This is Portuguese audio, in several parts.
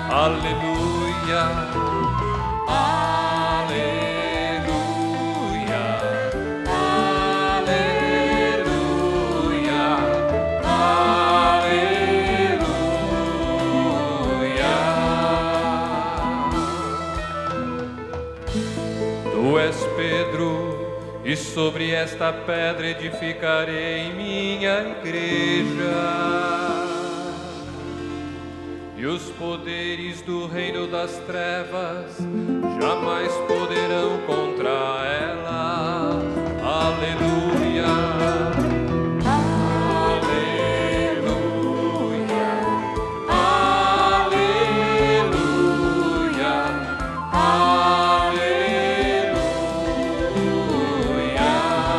Aleluia, aleluia, aleluia, aleluia. Tu és Pedro, e sobre esta pedra edificarei minha igreja. E os poderes do reino das trevas jamais poderão contra ela. Aleluia, aleluia, aleluia, aleluia,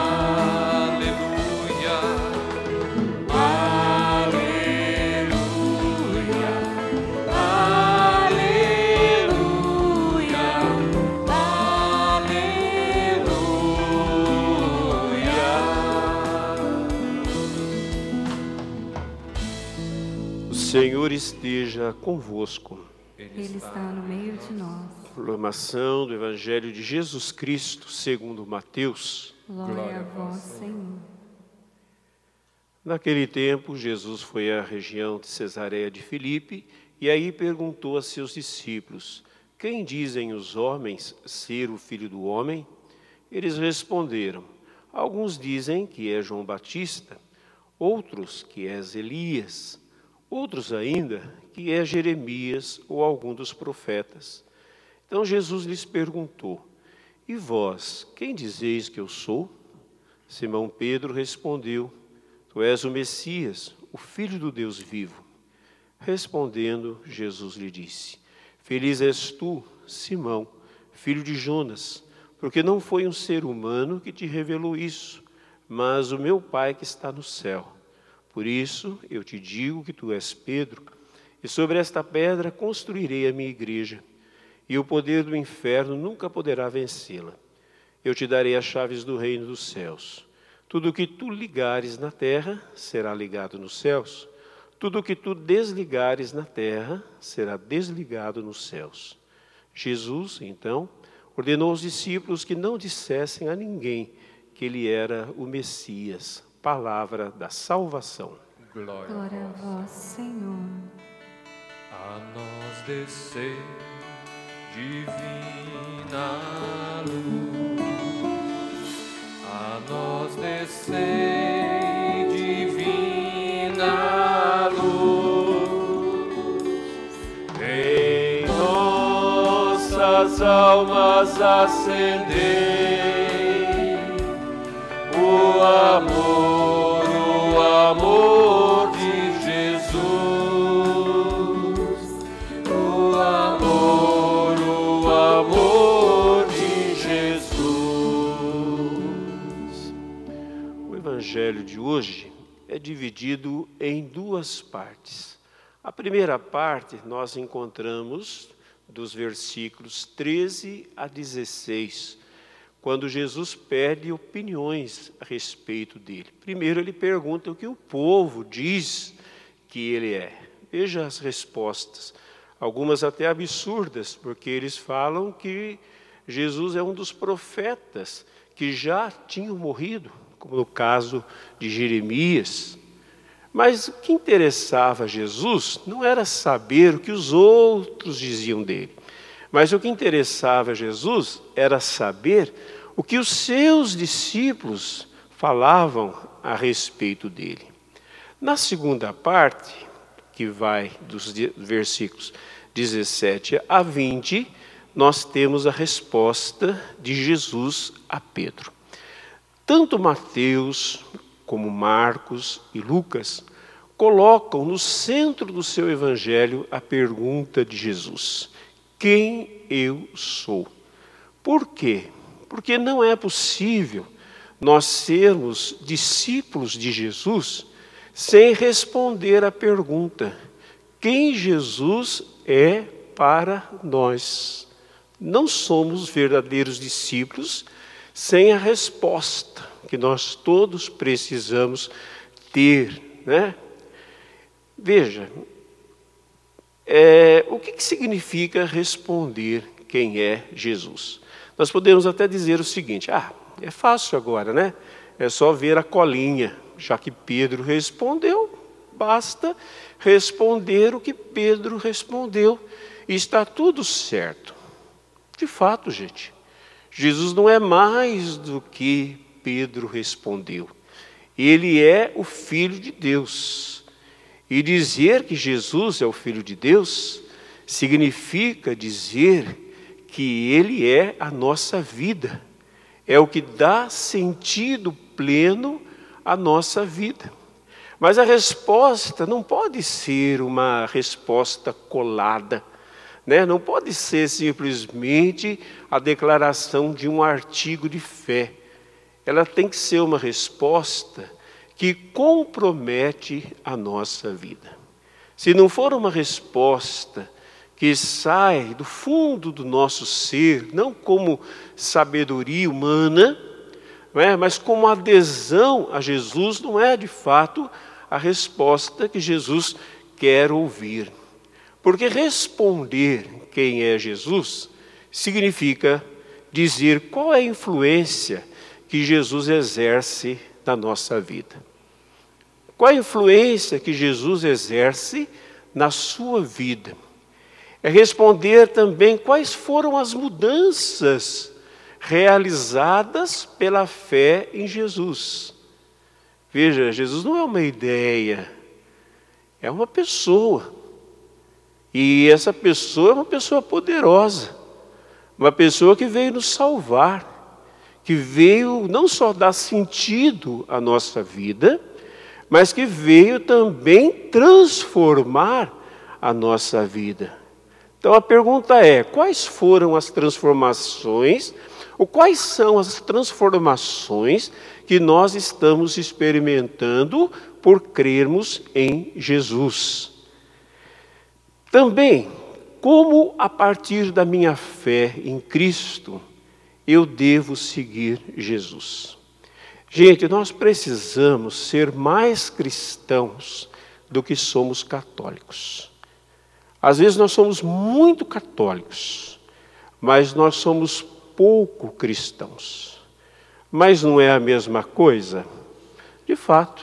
O Senhor esteja convosco. Ele está no meio de nós. Proclamação do Evangelho de Jesus Cristo, segundo Mateus. Glória a vós, Senhor. Naquele tempo, Jesus foi à região de Cesareia de Filipe e aí perguntou a seus discípulos: quem dizem os homens ser o Filho do Homem? Eles responderam: alguns dizem que é João Batista, outros que é Elias, outros ainda que é Jeremias ou algum dos profetas. Então Jesus lhes perguntou: e vós, quem dizeis que eu sou? Simão Pedro respondeu: tu és o Messias, o Filho do Deus vivo. Respondendo, Jesus lhe disse: feliz és tu, Simão, filho de Jonas, porque não foi um ser humano que te revelou isso, mas o meu Pai que está no céu. Por isso eu te digo que tu és Pedro, e sobre esta pedra construirei a minha igreja, e o poder do inferno nunca poderá vencê-la. Eu te darei as chaves do reino dos céus. Tudo o que tu ligares na terra será ligado nos céus. Tudo o que tu desligares na terra será desligado nos céus. Jesus, então, ordenou aos discípulos que não dissessem a ninguém que ele era o Messias. Palavra da salvação. glória Glória a vós, Senhor. a nós descer divina luz, a nós descer divina luz, em nossas almas acender o amor de Jesus, o amor de Jesus. O Evangelho de hoje é dividido em duas partes. A primeira parte nós encontramos dos versículos 13 a 16, quando Jesus pede opiniões a respeito dele. Primeiro ele pergunta o que o povo diz que ele é. Veja as respostas, algumas até absurdas, porque eles falam que Jesus é um dos profetas que já tinham morrido, como no caso de Jeremias. Mas o que interessava a Jesus não era saber o que os outros diziam dele, mas o que interessava a Jesus era saber o que os seus discípulos falavam a respeito dele. Na segunda parte, que vai dos versículos 17 a 20, nós temos a resposta de Jesus a Pedro. Tanto Mateus como Marcos e Lucas colocam no centro do seu evangelho a pergunta de Jesus: quem eu sou? Por quê? Porque não é possível nós sermos discípulos de Jesus sem responder à pergunta: quem Jesus é para nós? Não somos verdadeiros discípulos sem a resposta que nós todos precisamos ter, né? Veja, O que significa responder quem é Jesus? Nós podemos até dizer o seguinte: é fácil agora, né? É só ver a colinha, já que Pedro respondeu, basta responder o que Pedro respondeu e está tudo certo. De fato, gente, Jesus não é mais do que Pedro respondeu. Ele é o Filho de Deus. E dizer que Jesus é o Filho de Deus significa dizer que Ele é a nossa vida. É o que dá sentido pleno à nossa vida. Mas a resposta não pode ser uma resposta colada, né? Não pode ser simplesmente a declaração de um artigo de fé. Ela tem que ser uma resposta que compromete a nossa vida. Se não for uma resposta que sai do fundo do nosso ser, não como sabedoria humana, mas como adesão a Jesus, não é de fato a resposta que Jesus quer ouvir. Porque responder quem é Jesus significa dizer qual é a influência que Jesus exerce na nossa vida. Qual a influência que Jesus exerce na sua vida? É responder também quais foram as mudanças realizadas pela fé em Jesus. Veja, Jesus não é uma ideia, é uma pessoa. E essa pessoa é uma pessoa poderosa, uma pessoa que veio nos salvar, que veio não só dar sentido à nossa vida, mas que veio também transformar a nossa vida. Então a pergunta é: quais foram as transformações, ou quais são as transformações que nós estamos experimentando por crermos em Jesus? Também, como a partir da minha fé em Cristo, eu devo seguir Jesus? Gente, nós precisamos ser mais cristãos do que somos católicos. Às vezes nós somos muito católicos, mas nós somos pouco cristãos. Mas não é a mesma coisa? De fato,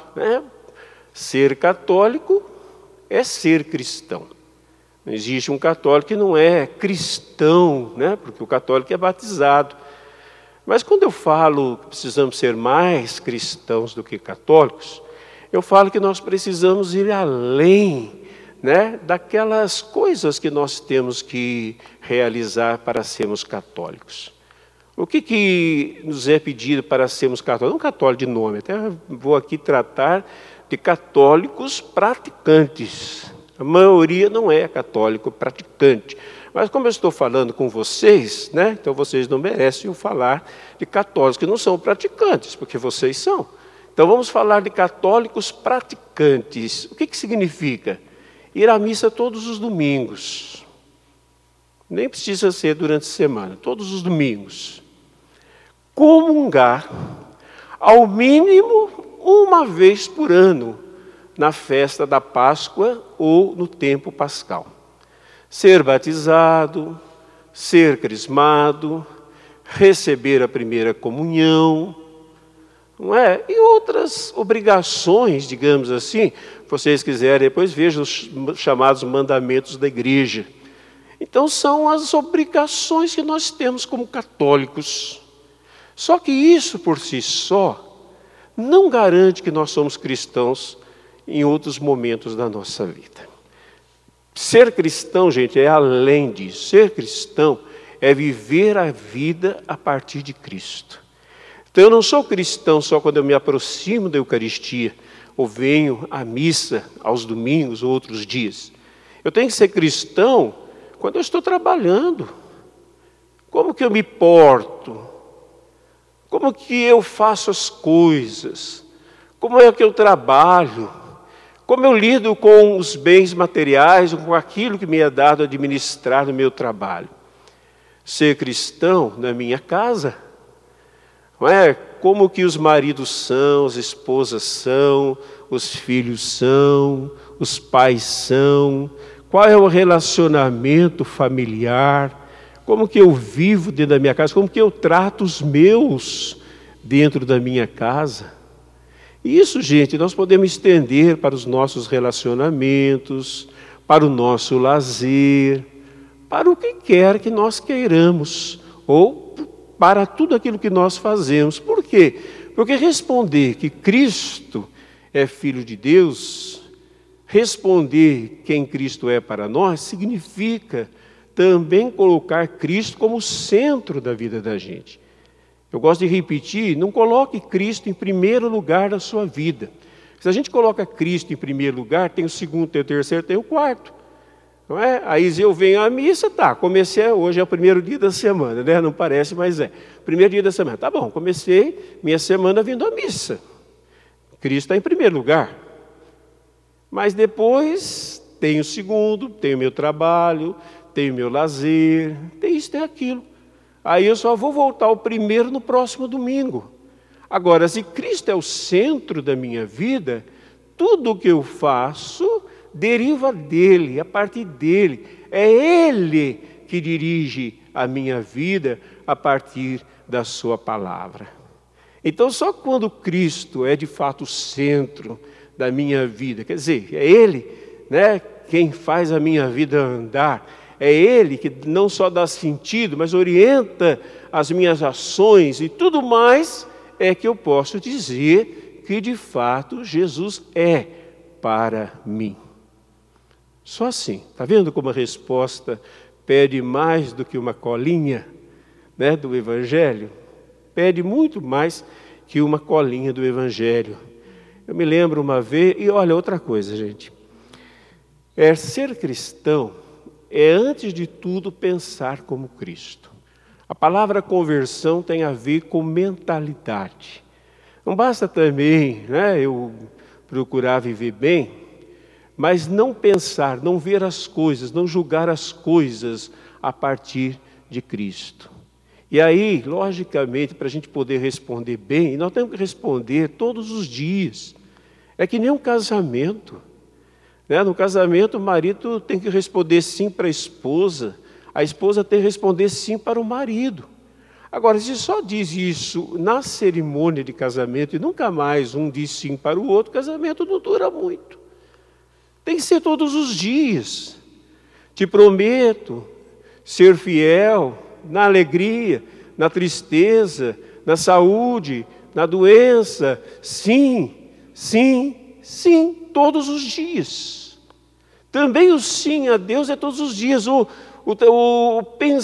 ser católico é ser cristão. Não existe um católico que não é cristão, porque o católico é batizado. Mas quando eu falo que precisamos ser mais cristãos do que católicos, eu falo que nós precisamos ir além, daquelas coisas que nós temos que realizar para sermos católicos. O que nos é pedido para sermos católicos? Não católico de nome, até vou aqui tratar de católicos praticantes. A maioria não é católico praticante. Mas como eu estou falando com vocês, então vocês não merecem eu falar de católicos que não são praticantes, porque vocês são. Então vamos falar de católicos praticantes. O que significa? Ir à missa todos os domingos. Nem precisa ser durante a semana, todos os domingos. Comungar, ao mínimo, uma vez por ano, na festa da Páscoa ou no tempo pascal. Ser batizado, ser crismado, receber a primeira comunhão, e outras obrigações, digamos assim. Se vocês quiserem, depois vejam os chamados mandamentos da igreja. Então são as obrigações que nós temos como católicos. Só que isso por si só não garante que nós somos cristãos em outros momentos da nossa vida. Ser cristão, gente, é além disso. Ser cristão é viver a vida a partir de Cristo. Então eu não sou cristão só quando eu me aproximo da Eucaristia, ou venho à missa aos domingos ou outros dias. Eu tenho que ser cristão quando eu estou trabalhando. Como que eu me porto? Como que eu faço as coisas? Como é que eu trabalho? Como eu lido com os bens materiais, com aquilo que me é dado a administrar no meu trabalho? Ser cristão na minha casa, como que os maridos são, as esposas são, os filhos são, os pais são, qual é o relacionamento familiar, como que eu vivo dentro da minha casa, como que eu trato os meus dentro da minha casa. E isso, gente, nós podemos estender para os nossos relacionamentos, para o nosso lazer, para o que quer que nós queiramos, ou para tudo aquilo que nós fazemos. Por quê? Porque responder que Cristo é Filho de Deus, responder quem Cristo é para nós, significa também colocar Cristo como centro da vida da gente. Eu gosto de repetir, não coloque Cristo em primeiro lugar da sua vida. Se a gente coloca Cristo em primeiro lugar, tem o segundo, tem o terceiro, tem o quarto. Não é? Aí eu venho à missa, tá, comecei, hoje é o primeiro dia da semana, né? Não parece, mas é. Primeiro dia da semana, tá bom, comecei minha semana vindo à missa. Cristo está em primeiro lugar. Mas depois tem o segundo, tem o meu trabalho, tem o meu lazer, tem isso, tem aquilo. Aí eu só vou voltar ao primeiro no próximo domingo. Agora, se Cristo é o centro da minha vida, tudo o que eu faço deriva dele, a partir dele. É ele que dirige a minha vida a partir da sua palavra. Então, só quando Cristo é de fato o centro da minha vida, quer dizer, é ele, né, quem faz a minha vida andar, é ele que não só dá sentido, mas orienta as minhas ações e tudo mais, é que eu posso dizer que de fato Jesus é para mim. Só assim. Está vendo como a resposta pede mais do que uma colinha, né, do Evangelho? Pede muito mais que uma colinha do Evangelho. Eu me lembro uma vez, e olha outra coisa, gente. Ser cristão é, antes de tudo, pensar como Cristo. A palavra conversão tem a ver com mentalidade. Não basta também, né, eu procurar viver bem, mas não pensar, não ver as coisas, não julgar as coisas a partir de Cristo. E aí, logicamente, para a gente poder responder bem, nós temos que responder todos os dias. É que nem um casamento. Né? No casamento, o marido tem que responder sim para a esposa tem que responder sim para o marido. Agora, se só diz isso na cerimônia de casamento e nunca mais um diz sim para o outro, o casamento não dura muito. Tem que ser todos os dias. Te prometo ser fiel na alegria, na tristeza, na saúde, na doença. Sim, sim, sim, todos os dias. Também o sim a Deus é todos os dias. O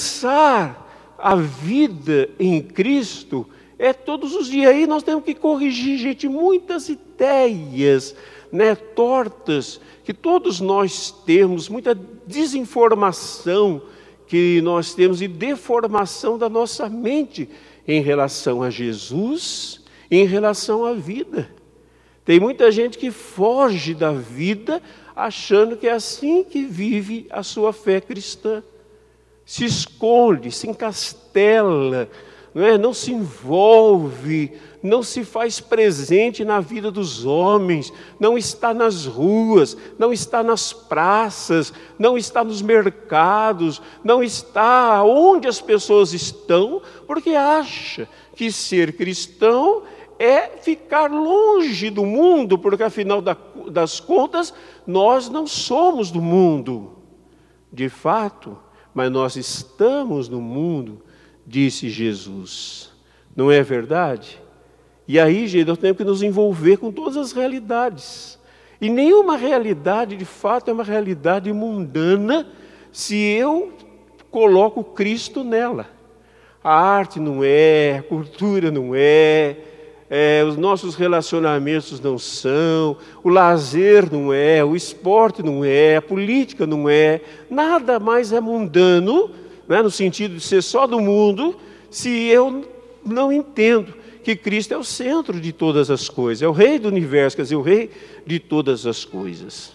pensar a vida em Cristo é todos os dias. Aí nós temos que corrigir, gente, muitas ideias, né, tortas, que todos nós temos, muita desinformação que nós temos e deformação da nossa mente em relação a Jesus, em relação à vida. Tem muita gente que foge da vida achando que é assim que vive a sua fé cristã. Se esconde, se encastela, não se envolve, não se faz presente na vida dos homens, não está nas ruas, não está nas praças, não está nos mercados, não está onde as pessoas estão, porque acha que ser cristão é ficar longe do mundo, porque afinal das contas, nós não somos do mundo, de fato, mas nós estamos no mundo, disse Jesus. Não é verdade? E aí, gente, nós temos que nos envolver com todas as realidades. E nenhuma realidade, de fato, é uma realidade mundana se eu coloco Cristo nela. A arte não é, a cultura não é, os nossos relacionamentos não são, o lazer não é, o esporte não é, a política não é, nada mais é mundano, né, no sentido de ser só do mundo, se eu não entendo que Cristo é o centro de todas as coisas, é o Rei do universo, quer dizer, o Rei de todas as coisas.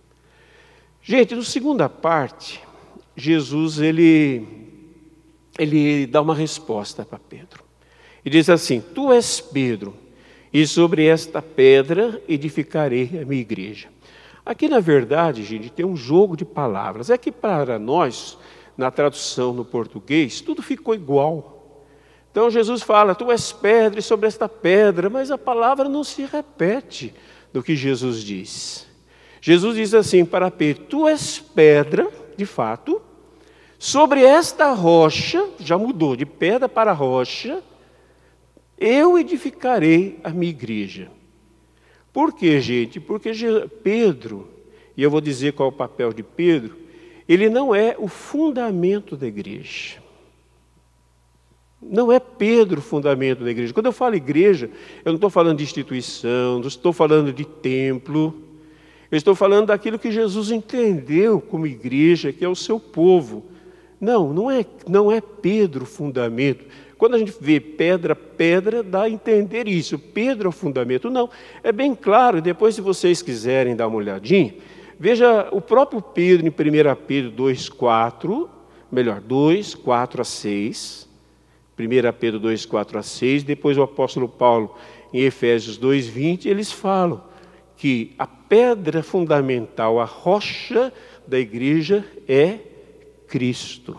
Gente, na segunda parte, Jesus ele dá uma resposta para Pedro. E diz assim: tu és Pedro, e sobre esta pedra edificarei a minha igreja. Aqui, na verdade, gente, tem um jogo de palavras. É que para nós, na tradução no português, tudo ficou igual. Então Jesus fala, tu és pedra e sobre esta pedra, mas a palavra não se repete do que Jesus diz. Jesus diz assim para Pedro, tu és pedra, de fato, sobre esta rocha, já mudou de pedra para rocha, eu edificarei a minha igreja. Por quê, gente? Porque Pedro, e eu vou dizer qual é o papel de Pedro, ele não é o fundamento da igreja. Não é Pedro o fundamento da igreja. Quando eu falo igreja, eu não estou falando de instituição, não estou falando de templo, eu estou falando daquilo que Jesus entendeu como igreja, que é o seu povo. Não é Pedro o fundamento. Quando a gente vê pedra, dá a entender isso. Pedro é o fundamento. Não, é bem claro, depois se vocês quiserem dar uma olhadinha, veja o próprio Pedro em 1 Pedro 2, 4 a 6. 1 Pedro 2, 4 a 6, depois o apóstolo Paulo em Efésios 2, 20, eles falam que a pedra fundamental, a rocha da igreja é Cristo.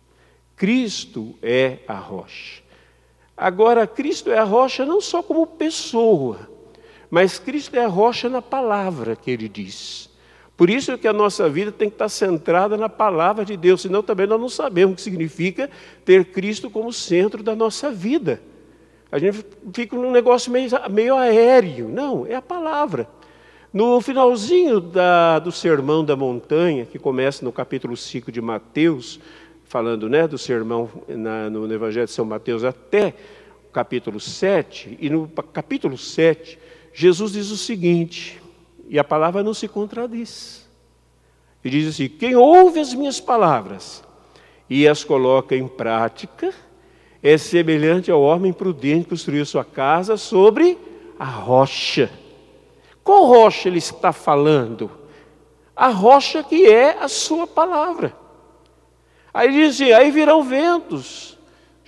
Cristo é a rocha. Agora, Cristo é a rocha não só como pessoa, mas Cristo é a rocha na palavra que Ele diz. Por isso é que a nossa vida tem que estar centrada na palavra de Deus, senão também nós não sabemos o que significa ter Cristo como centro da nossa vida. A gente fica num negócio meio aéreo. Não, é a palavra. No finalzinho do Sermão da Montanha, que começa no capítulo 5 de Mateus, falando do sermão no Evangelho de São Mateus até o capítulo 7, e no capítulo 7, Jesus diz o seguinte, e a palavra não se contradiz. Ele diz assim, quem ouve as minhas palavras e as coloca em prática, é semelhante ao homem prudente que construiu sua casa sobre a rocha. Qual rocha ele está falando? A rocha que é a sua palavra. Aí diz assim, aí virão ventos,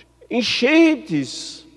enchentes,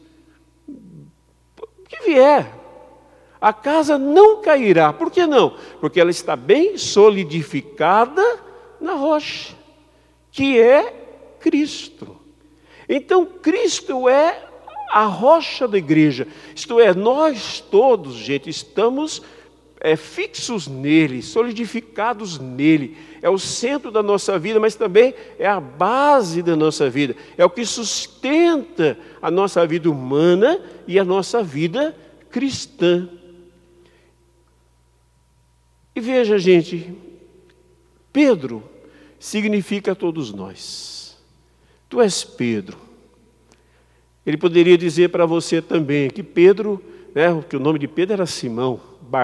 o que vier. A casa não cairá. Por que não? Porque ela está bem solidificada na rocha, que é Cristo. Então, Cristo é a rocha da igreja. Isto é, nós todos, gente, estamos fixos nele, solidificados nele. É o centro da nossa vida, mas também é a base da nossa vida. É o que sustenta a nossa vida humana e a nossa vida cristã. E veja, gente, Pedro significa todos nós. Tu és Pedro. Ele poderia dizer para você também que Pedro, que o nome de Pedro era Simão,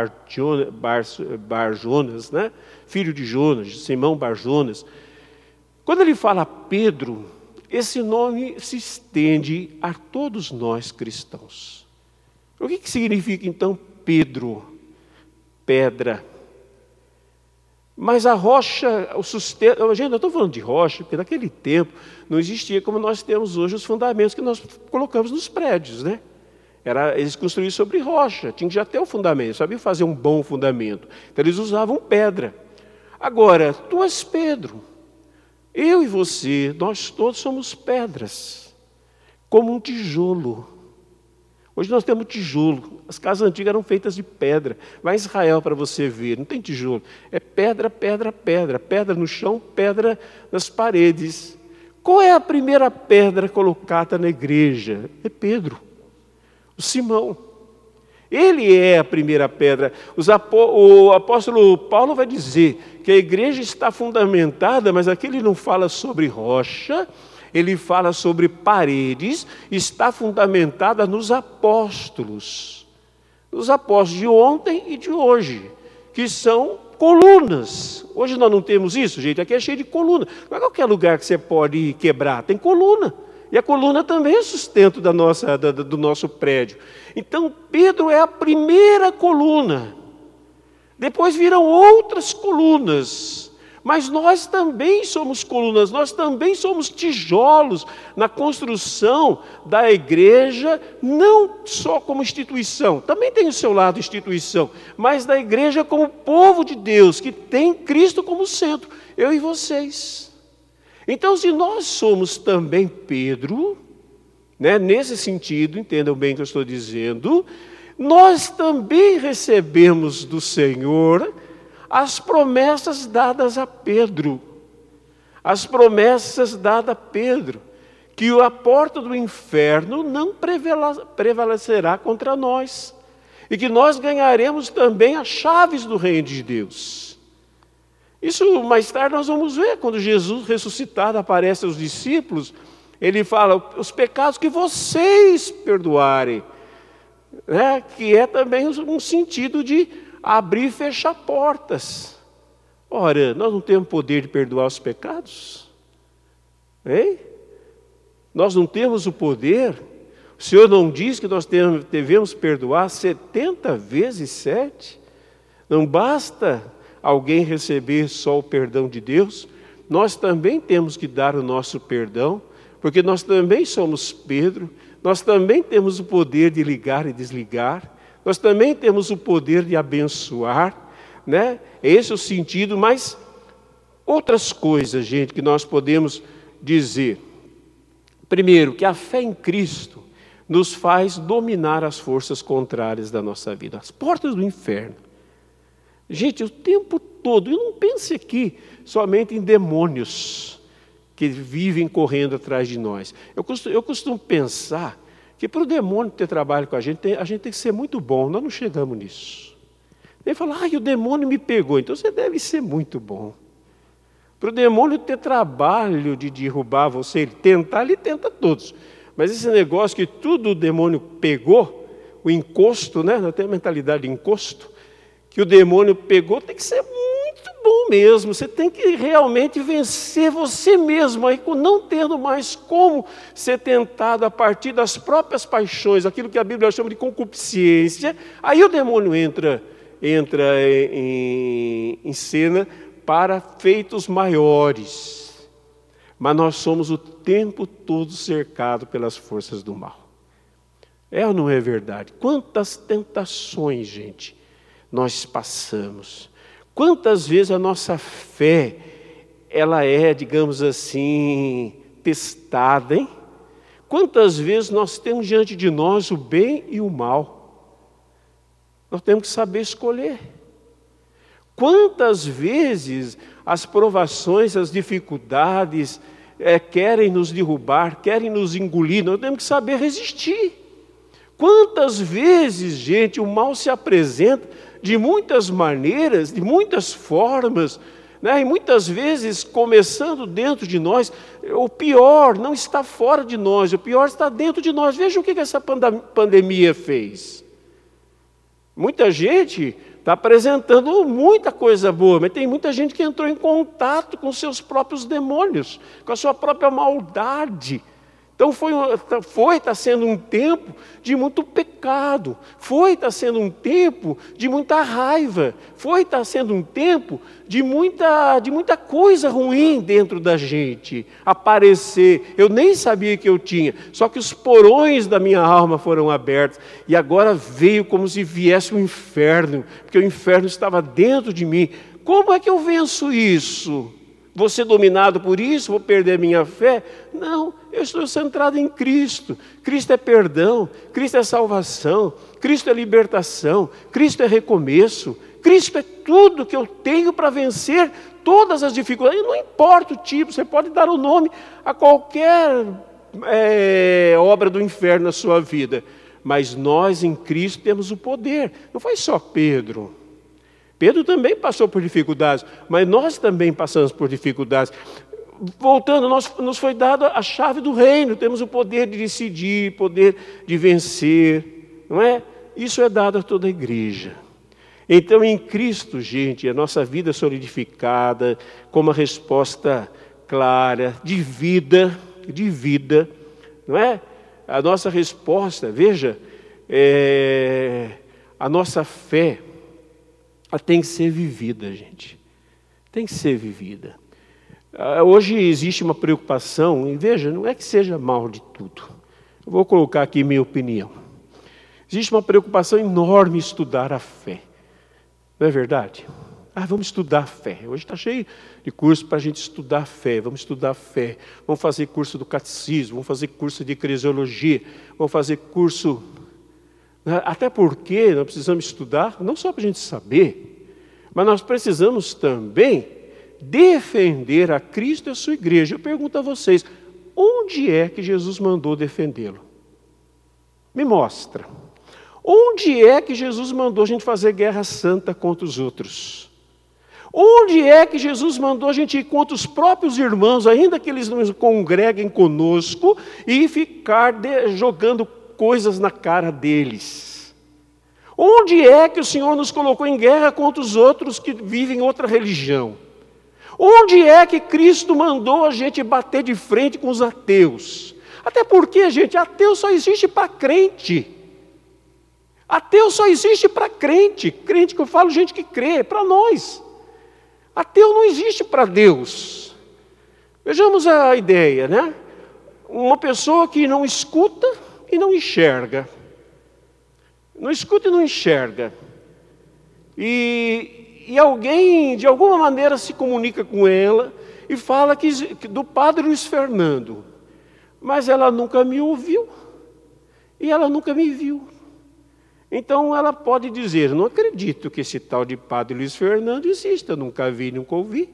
Barjonas, filho de Jonas, Simão Barjonas. Quando ele fala Pedro, esse nome se estende a todos nós cristãos. O que significa então Pedro? Pedra. Mas a rocha, o sustento... Gente, eu estou falando de rocha, porque naquele tempo não existia como nós temos hoje os fundamentos que nós colocamos nos prédios, Eles construíam sobre rocha, tinha que já ter o fundamento, sabiam fazer um bom fundamento. Então eles usavam pedra. Agora, tu és Pedro. Eu e você, nós todos somos pedras, como um tijolo. Hoje nós temos tijolo. As casas antigas eram feitas de pedra. Vai em Israel para você ver, não tem tijolo. É pedra, pedra, pedra. Pedra no chão, pedra nas paredes. Qual é a primeira pedra colocada na igreja? É Pedro, o Simão. Ele é a primeira pedra. O apóstolo Paulo vai dizer que a igreja está fundamentada, mas aqui ele não fala sobre rocha, ele fala sobre paredes, está fundamentada nos apóstolos de ontem e de hoje, que são colunas. Hoje nós não temos isso, gente, aqui é cheio de coluna. Não é qualquer lugar que você pode quebrar, tem coluna. E a coluna também é sustento do nosso prédio. Então, Pedro é a primeira coluna. Depois viram outras colunas. Mas nós também somos colunas, nós também somos tijolos na construção da igreja, não só como instituição, também tem o seu lado instituição, mas da igreja como povo de Deus, que tem Cristo como centro, eu e vocês. Então, se nós somos também Pedro, nesse sentido, entendam bem o que eu estou dizendo, nós também recebemos do Senhor as promessas dadas a Pedro. As promessas dadas a Pedro, que a porta do inferno não prevalecerá contra nós, e que nós ganharemos também as chaves do reino de Deus. Isso mais tarde nós vamos ver, quando Jesus ressuscitado aparece aos discípulos, ele fala, os pecados que vocês perdoarem, que é também um sentido de abrir e fechar portas. Ora, nós não temos poder de perdoar os pecados? Hein? Nós não temos o poder? O Senhor não diz que nós devemos perdoar 70 vezes 7? Não basta alguém receber só o perdão de Deus? Nós também temos que dar o nosso perdão, porque nós também somos Pedro, nós também temos o poder de ligar e desligar, nós também temos o poder de abençoar, Esse é o sentido, mas outras coisas, gente, que nós podemos dizer. Primeiro, que a fé em Cristo nos faz dominar as forças contrárias da nossa vida, as portas do inferno. Gente, o tempo todo, e não pense aqui somente em demônios que vivem correndo atrás de nós. Eu costumo pensar que para o demônio ter trabalho com a gente tem que ser muito bom. Nós não chegamos nisso. Ele fala, o demônio me pegou, então você deve ser muito bom. Para o demônio ter trabalho de derrubar você, ele tenta todos. Mas esse negócio que tudo o demônio pegou, o encosto, nós temos a mentalidade de encosto, que o demônio pegou, tem que ser muito bom mesmo. Você tem que realmente vencer você mesmo, aí não tendo mais como ser tentado a partir das próprias paixões, aquilo que a Bíblia chama de concupiscência. Aí o demônio entra em cena para feitos maiores. Mas nós somos o tempo todo cercados pelas forças do mal. É ou não é verdade? Quantas tentações, gente, nós passamos. Quantas vezes a nossa fé, ela é, digamos assim, testada, hein? Quantas vezes nós temos diante de nós o bem e o mal? Nós temos que saber escolher. Quantas vezes as provações, as dificuldades querem nos derrubar, querem nos engolir, nós temos que saber resistir. Quantas vezes, gente, o mal se apresenta de muitas maneiras, de muitas formas, e muitas vezes começando dentro de nós. O pior não está fora de nós, o pior está dentro de nós. Veja o que essa pandemia fez. Muita gente está apresentando muita coisa boa, mas tem muita gente que entrou em contato com seus próprios demônios, com a sua própria maldade. Então está sendo um tempo de muito pecado, está sendo um tempo de muita raiva, está sendo um tempo de muita coisa ruim dentro da gente aparecer. Eu nem sabia que eu tinha, só que os porões da minha alma foram abertos, e agora veio como se viesse o inferno, porque o inferno estava dentro de mim. Como é que eu venço isso? Vou ser dominado por isso? Vou perder minha fé? Não, eu estou centrado em Cristo. Cristo é perdão, Cristo é salvação, Cristo é libertação, Cristo é recomeço, Cristo é tudo que eu tenho para vencer todas as dificuldades. Não importa o tipo, você pode dar o nome a qualquer obra do inferno na sua vida, mas nós em Cristo temos o poder. Não foi só Pedro. Pedro também passou por dificuldades, mas nós também passamos por dificuldades. Voltando, nos foi dada a chave do reino, temos o poder de decidir, poder de vencer, não é? Isso é dado a toda a igreja. Então, em Cristo, gente, a nossa vida solidificada, com uma resposta clara, de vida, não é? A nossa resposta, veja, a nossa fé, ela tem que ser vivida, gente. tem que ser vivida. Hoje existe uma preocupação, e veja, não é que seja mal de tudo. Eu vou colocar aqui minha opinião. Existe uma preocupação enorme em estudar a fé. Não é verdade? Vamos estudar a fé. Hoje está cheio de curso para a gente estudar a fé. Vamos estudar a fé. Vamos fazer curso do catecismo, vamos fazer curso de eclesiologia, vamos fazer curso... Até porque nós precisamos estudar, não só para a gente saber, mas nós precisamos também defender a Cristo e a sua igreja. Eu pergunto a vocês, onde é que Jesus mandou defendê-lo? Me mostra. Onde é que Jesus mandou a gente fazer guerra santa contra os outros? Onde é que Jesus mandou a gente ir contra os próprios irmãos, ainda que eles não congreguem conosco, e ficar jogando coisas na cara deles? Onde é que o Senhor nos colocou em guerra contra os outros que vivem outra religião? Onde é que Cristo mandou a gente bater de frente com os ateus? Até porque, gente, ateu só existe para crente. Ateu só existe para crente. Crente que eu falo, gente que crê, para nós. Ateu não existe para Deus. Vejamos a ideia, né? Uma pessoa que não escuta e não enxerga. Não escuta e não enxerga. E alguém, de alguma maneira, se comunica com ela e fala do Padre Luiz Fernando. Mas ela nunca me ouviu e ela nunca me viu. Então ela pode dizer, não acredito que esse tal de Padre Luiz Fernando exista, nunca vi, nunca ouvi.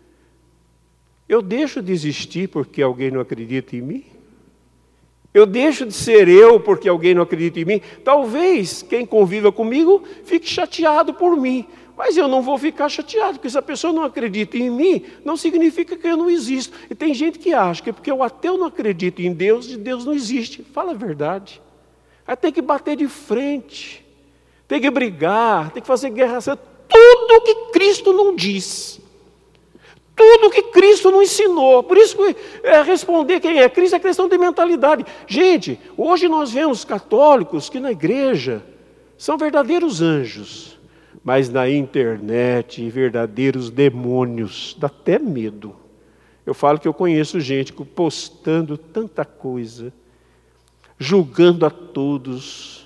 Eu deixo de existir porque alguém não acredita em mim? Eu deixo de ser eu porque alguém não acredita em mim? Talvez quem conviva comigo fique chateado por mim, mas eu não vou ficar chateado, porque se a pessoa não acredita em mim, não significa que eu não existo. E tem gente que acha que porque o ateu não acredita em Deus, Deus não existe. Fala a verdade. Aí tem que bater de frente, tem que brigar, tem que fazer guerra santa. Tudo que Cristo não diz, tudo que Cristo não ensinou. Por isso que responder quem é Cristo é questão de mentalidade. Gente, hoje nós vemos católicos que na igreja são verdadeiros anjos, mas na internet verdadeiros demônios, dá até medo. Eu falo que eu conheço gente postando tanta coisa, julgando a todos,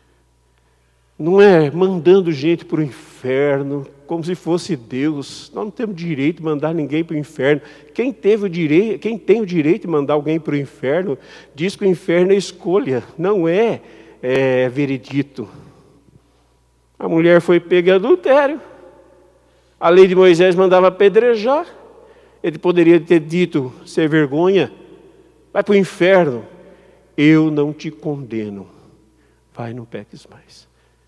não é? Mandando gente para o inferno, como se fosse Deus. Nós não temos direito de mandar ninguém para o inferno. Quem tem o direito de mandar alguém para o inferno, diz que o inferno é escolha, não é veredito. A mulher foi pega em adultério, a lei de Moisés mandava apedrejar, ele poderia ter dito, sem vergonha, vai para o inferno. Eu não te condeno, vai, não peques mais.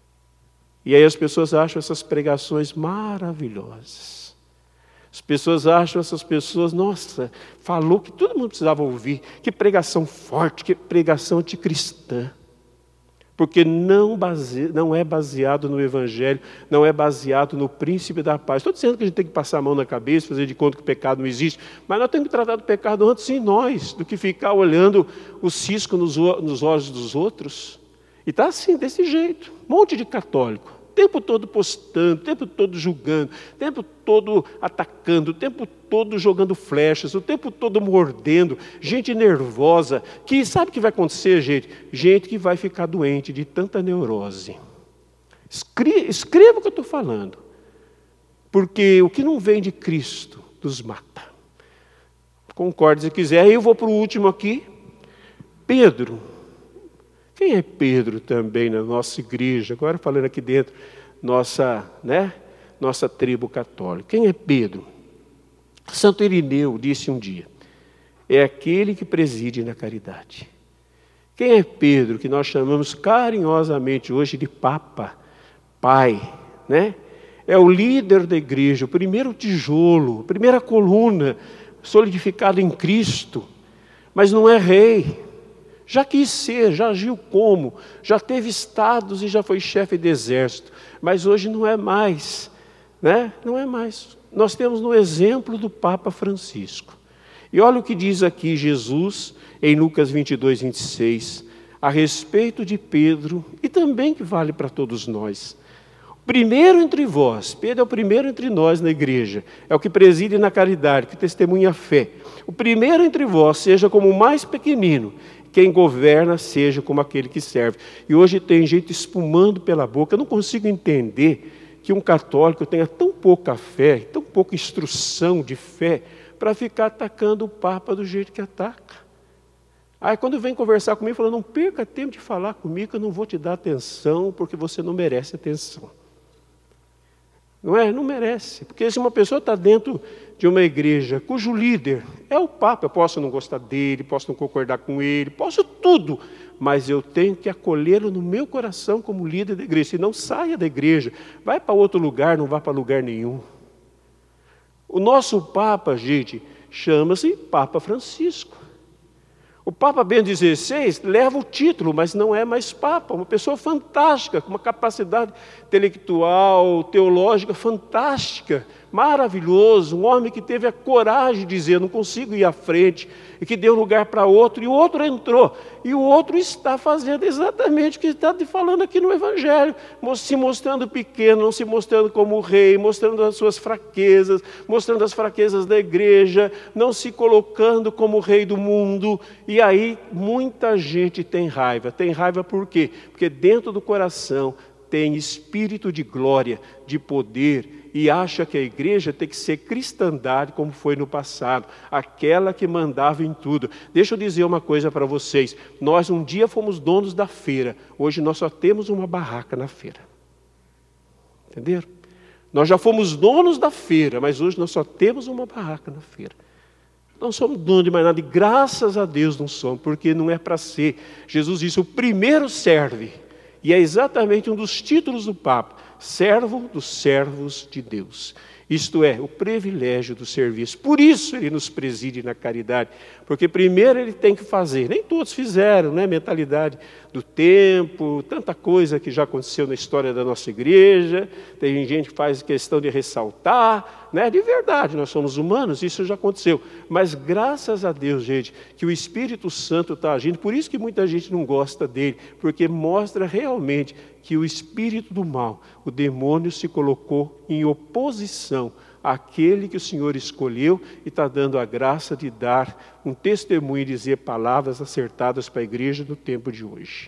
E aí as pessoas acham essas pregações maravilhosas. As pessoas acham nossa, falou que todo mundo precisava ouvir. Que pregação forte, que pregação anticristã. Porque não é baseado no Evangelho, não é baseado no príncipe da paz. Estou dizendo que a gente tem que passar a mão na cabeça, fazer de conta que o pecado não existe, mas nós temos que tratar do pecado antes em nós, do que ficar olhando o cisco nos olhos dos outros. E está assim, desse jeito, um monte de católico, o tempo todo postando, o tempo todo julgando, o tempo todo atacando, o tempo todo jogando flechas, o tempo todo mordendo, gente nervosa, que sabe o que vai acontecer, gente? Gente que vai ficar doente de tanta neurose. Escreva o que eu estou falando, porque o que não vem de Cristo nos mata. Concorde se quiser. Aí eu vou para o último aqui, Pedro. Quem é Pedro também na nossa igreja? Agora falando aqui dentro, nossa tribo católica. Quem é Pedro? Santo Irineu disse um dia, é aquele que preside na caridade. Quem é Pedro, que nós chamamos carinhosamente hoje de Papa, Pai, né? É o líder da igreja, o primeiro tijolo, a primeira coluna, solidificado em Cristo, mas não é rei. Já quis ser, já agiu como, já teve estados e já foi chefe de exército, mas hoje não é mais, né? Não é mais. Nós temos no exemplo do Papa Francisco. E olha o que diz aqui Jesus, em Lucas 22, 26, a respeito de Pedro, e também que vale para todos nós. Primeiro entre vós, Pedro é o primeiro entre nós na igreja, é o que preside na caridade, que testemunha a fé. O primeiro entre vós seja como o mais pequenino, quem governa seja como aquele que serve. E hoje tem gente espumando pela boca. Eu não consigo entender que um católico tenha tão pouca fé, tão pouca instrução de fé, para ficar atacando o Papa do jeito que ataca. Aí quando vem conversar comigo, fala, não perca tempo de falar comigo, que eu não vou te dar atenção, porque você não merece atenção. Não é? Não merece. Porque se uma pessoa está dentro de uma igreja cujo líder é o Papa, eu posso não gostar dele, posso não concordar com ele, posso tudo, mas eu tenho que acolhê-lo no meu coração como líder da igreja. Se não, saia da igreja, vai para outro lugar, não vá para lugar nenhum. O nosso Papa, gente, chama-se Papa Francisco. O Papa Bento XVI leva o título, mas não é mais Papa, uma pessoa fantástica, com uma capacidade intelectual, teológica fantástica, maravilhoso, um homem que teve a coragem de dizer, não consigo ir à frente, e que deu lugar para outro, e o outro entrou, e o outro está fazendo exatamente o que está falando aqui no Evangelho, se mostrando pequeno, não se mostrando como rei, mostrando as suas fraquezas, mostrando as fraquezas da igreja, não se colocando como rei do mundo. E aí muita gente tem raiva por quê? Porque dentro do coração tem espírito de glória, de poder, e acha que a igreja tem que ser cristandade como foi no passado, aquela que mandava em tudo. Deixa eu dizer uma coisa para vocês, nós um dia fomos donos da feira, hoje nós só temos uma barraca na feira. Entenderam? Nós já fomos donos da feira, mas hoje nós só temos uma barraca na feira. Não somos donos de mais nada, e graças a Deus não somos, porque não é para ser. Jesus disse, o primeiro serve, e é exatamente um dos títulos do Papa, servo dos servos de Deus. Isto é, o privilégio do serviço. Por isso ele nos preside na caridade, porque primeiro ele tem que fazer. Nem todos fizeram, né? Mentalidade do tempo, tanta coisa que já aconteceu na história da nossa igreja. Tem gente que faz questão de ressaltar, né? De verdade, nós somos humanos, isso já aconteceu. Mas graças a Deus, gente, que o Espírito Santo está agindo. Por isso que muita gente não gosta dele, porque mostra realmente que o espírito do mal, o demônio, se colocou em oposição àquele que o Senhor escolheu e está dando a graça de dar um testemunho e dizer palavras acertadas para a igreja no tempo de hoje.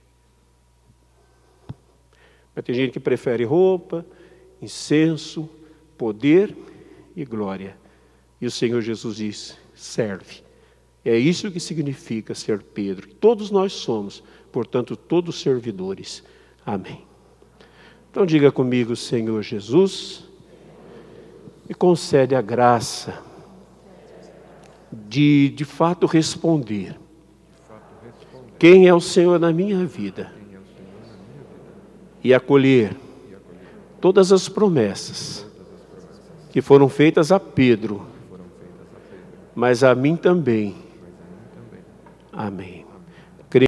Mas tem gente que prefere roupa, incenso, poder e glória. E o Senhor Jesus diz, serve. É isso que significa ser Pedro. Todos nós somos, portanto, todos servidores. Amém. Então diga comigo, Senhor Jesus, me concede a graça de fato responder quem é o Senhor na minha vida e acolher todas as promessas que foram feitas a Pedro, mas a mim também. Amém.